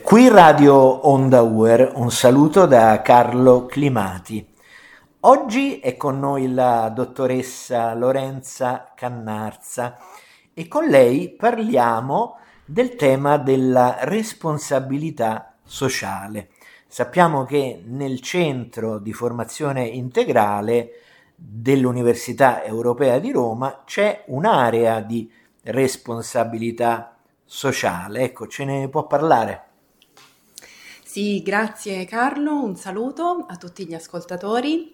Qui Radio Onda Uer, un saluto da Carlo Climati. Oggi è con noi la dottoressa Lorenza Cannarza e con lei parliamo del tema della responsabilità sociale. Sappiamo che nel centro di formazione integrale dell'Università Europea di Roma c'è un'area di responsabilità sociale. Ecco, ce ne può parlare? Sì, grazie Carlo, un saluto a tutti gli ascoltatori.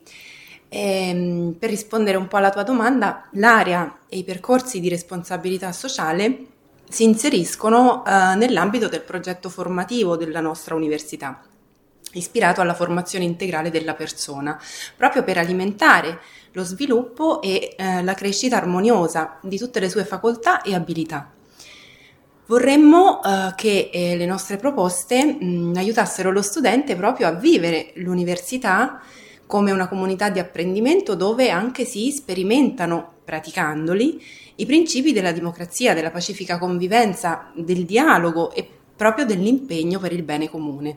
Per rispondere un po' alla tua domanda, l'area e i percorsi di responsabilità sociale si inseriscono nell'ambito del progetto formativo della nostra università, ispirato alla formazione integrale della persona, proprio per alimentare lo sviluppo e la crescita armoniosa di tutte le sue facoltà e abilità. Vorremmo che le nostre proposte aiutassero lo studente proprio a vivere l'università come una comunità di apprendimento dove anche si sperimentano, praticandoli, i principi della democrazia, della pacifica convivenza, del dialogo e proprio dell'impegno per il bene comune.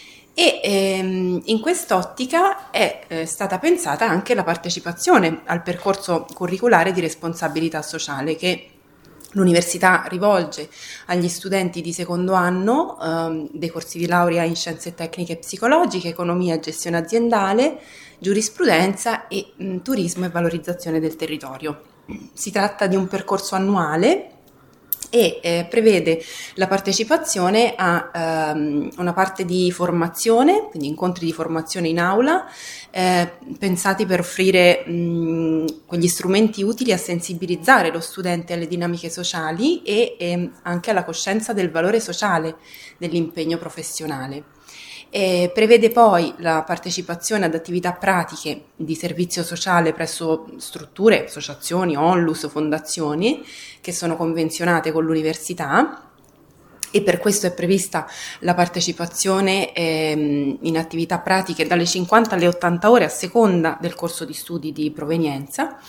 E in quest'ottica è stata pensata anche la partecipazione al percorso curriculare di responsabilità sociale che l'università rivolge agli studenti di secondo anno dei corsi di laurea in scienze tecniche e psicologiche, economia e gestione aziendale, giurisprudenza e turismo e valorizzazione del territorio. Si tratta di un percorso annuale e prevede la partecipazione a una parte di formazione, quindi incontri di formazione in aula, pensati per offrire quegli strumenti utili a sensibilizzare lo studente alle dinamiche sociali e anche alla coscienza del valore sociale dell'impegno professionale. Prevede poi la partecipazione ad attività pratiche di servizio sociale presso strutture, associazioni, onlus, fondazioni che sono convenzionate con l'università e per questo è prevista la partecipazione in attività pratiche dalle 50 alle 80 ore a seconda del corso di studi di provenienza.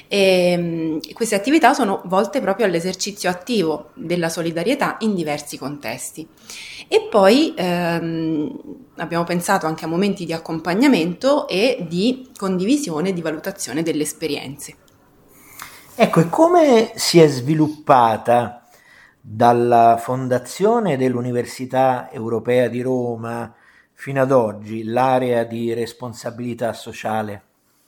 Queste attività sono volte proprio all'esercizio attivo della solidarietà in diversi contesti. E poi abbiamo pensato anche a momenti di accompagnamento e di condivisione e di valutazione delle esperienze. Ecco, e come si è sviluppata dalla fondazione dell'Università Europea di Roma fino ad oggi l'area di responsabilità sociale?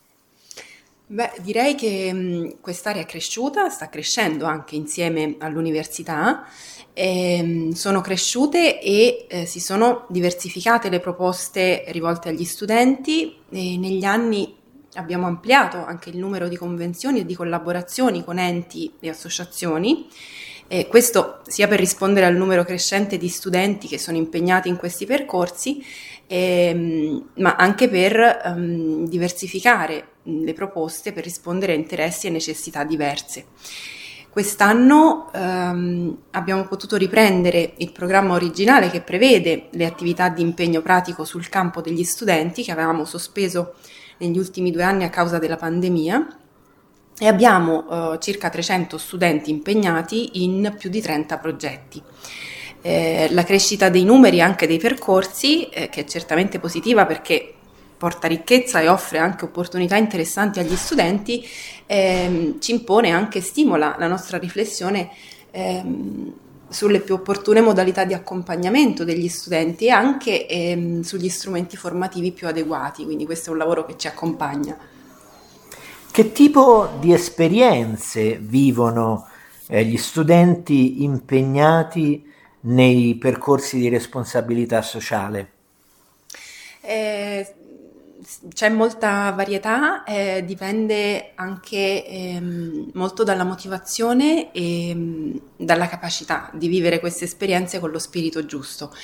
Beh, direi che quest'area è cresciuta, sta crescendo anche insieme all'università, sono cresciute e si sono diversificate le proposte rivolte agli studenti e negli anni abbiamo ampliato anche il numero di convenzioni e di collaborazioni con enti e associazioni. Questo sia per rispondere al numero crescente di studenti che sono impegnati in questi percorsi, ma anche per diversificare le proposte per rispondere a interessi e necessità diverse. Quest'anno abbiamo potuto riprendere il programma originale che prevede le attività di impegno pratico sul campo degli studenti che avevamo sospeso negli ultimi 2 anni a causa della pandemia e abbiamo circa 300 studenti impegnati in più di 30 progetti. La crescita dei numeri e anche dei percorsi, che è certamente positiva perché porta ricchezza e offre anche opportunità interessanti agli studenti, ci impone anche, stimola la nostra riflessione sulle più opportune modalità di accompagnamento degli studenti e anche sugli strumenti formativi più adeguati, quindi questo è un lavoro che ci accompagna. Che tipo di esperienze vivono gli studenti impegnati nei percorsi di responsabilità sociale? C'è molta varietà, dipende anche molto dalla motivazione e dalla capacità di vivere queste esperienze con lo spirito giusto,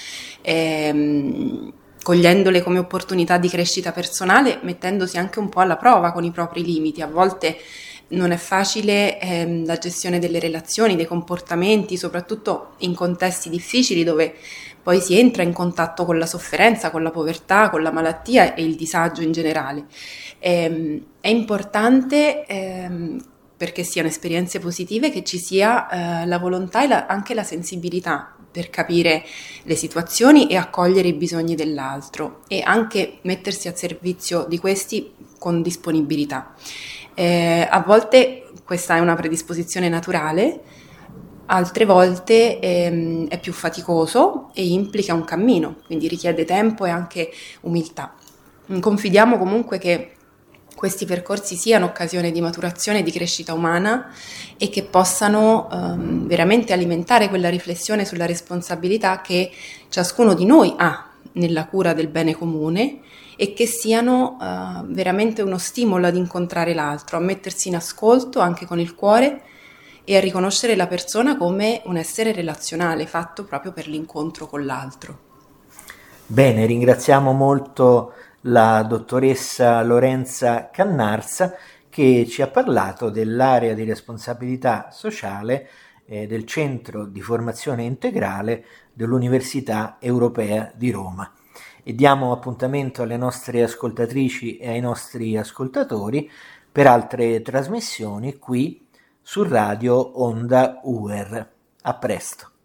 cogliendole come opportunità di crescita personale, mettendosi anche un po' alla prova con i propri limiti. A volte non è facile la gestione delle relazioni, dei comportamenti, soprattutto in contesti difficili dove poi si entra in contatto con la sofferenza, con la povertà, con la malattia e il disagio in generale. È importante perché siano esperienze positive, che ci sia la volontà e anche la sensibilità per capire le situazioni e accogliere i bisogni dell'altro e anche mettersi a servizio di questi con disponibilità. A volte questa è una predisposizione naturale, altre volte è più faticoso e implica un cammino, quindi richiede tempo e anche umiltà. Confidiamo comunque che questi percorsi siano occasione di maturazione e di crescita umana e che possano veramente alimentare quella riflessione sulla responsabilità che ciascuno di noi ha nella cura del bene comune e che siano veramente uno stimolo ad incontrare l'altro, a mettersi in ascolto anche con il cuore e a riconoscere la persona come un essere relazionale fatto proprio per l'incontro con l'altro. Bene, ringraziamo molto la dottoressa Lorenza Cannarsa che ci ha parlato dell'area di responsabilità sociale del Centro di Formazione Integrale dell'Università Europea di Roma. E diamo appuntamento alle nostre ascoltatrici e ai nostri ascoltatori per altre trasmissioni qui su Radio Onda UR. A presto.